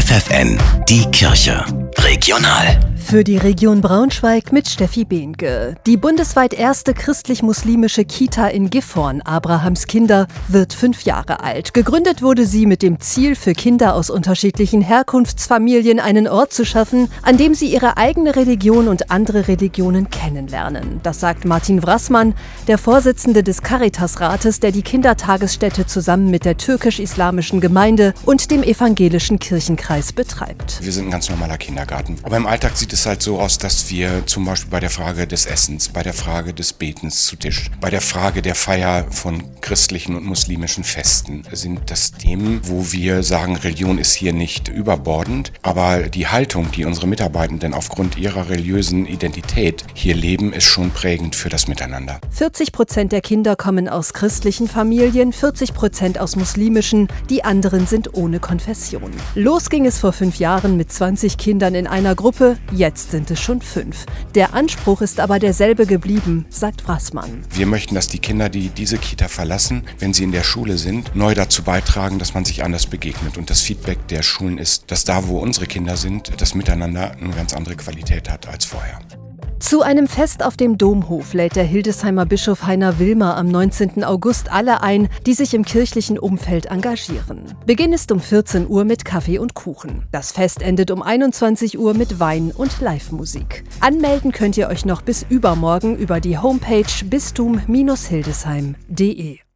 FFN, die Kirche. Regional. Für die Region Braunschweig mit Steffi Behnke. Die bundesweit erste christlich-muslimische Kita in Gifhorn, Abrahams Kinder, wird 5 Jahre alt. Gegründet wurde sie mit dem Ziel, für Kinder aus unterschiedlichen Herkunftsfamilien einen Ort zu schaffen, an dem sie ihre eigene Religion und andere Religionen kennenlernen. Das sagt Martin Wrassmann, der Vorsitzende des Caritasrates, der die Kindertagesstätte zusammen mit der türkisch-islamischen Gemeinde und dem evangelischen Kirchenkreis betreibt. Wir sind ein ganz normaler Kindergarten. Aber im Alltag sieht es halt so aus, dass wir zum Beispiel bei der Frage des Essens, bei der Frage des Betens zu Tisch, bei der Frage der Feier von christlichen und muslimischen Festen sind das Themen, wo wir sagen, Religion ist hier nicht überbordend, aber die Haltung, die unsere Mitarbeitenden aufgrund ihrer religiösen Identität hier leben, ist schon prägend für das Miteinander. 40% der Kinder kommen aus christlichen Familien, 40% aus muslimischen, die anderen sind ohne Konfession. Los ging es vor 5 Jahren mit 20 Kindern in einer Gruppe, jetzt sind es schon 5. Der Anspruch ist aber derselbe geblieben, sagt Wrassmann. Wir möchten, dass die Kinder, die diese Kita verlassen, wenn sie in der Schule sind, neu dazu beitragen, dass man sich anders begegnet. Und das Feedback der Schulen ist, dass da, wo unsere Kinder sind, das Miteinander eine ganz andere Qualität hat als vorher. Zu einem Fest auf dem Domhof lädt der Hildesheimer Bischof Heiner Wilmer am 19. August alle ein, die sich im kirchlichen Umfeld engagieren. Beginn ist um 14 Uhr mit Kaffee und Kuchen. Das Fest endet um 21 Uhr mit Wein und Live-Musik. Anmelden könnt ihr euch noch bis übermorgen über die Homepage bistum-hildesheim.de.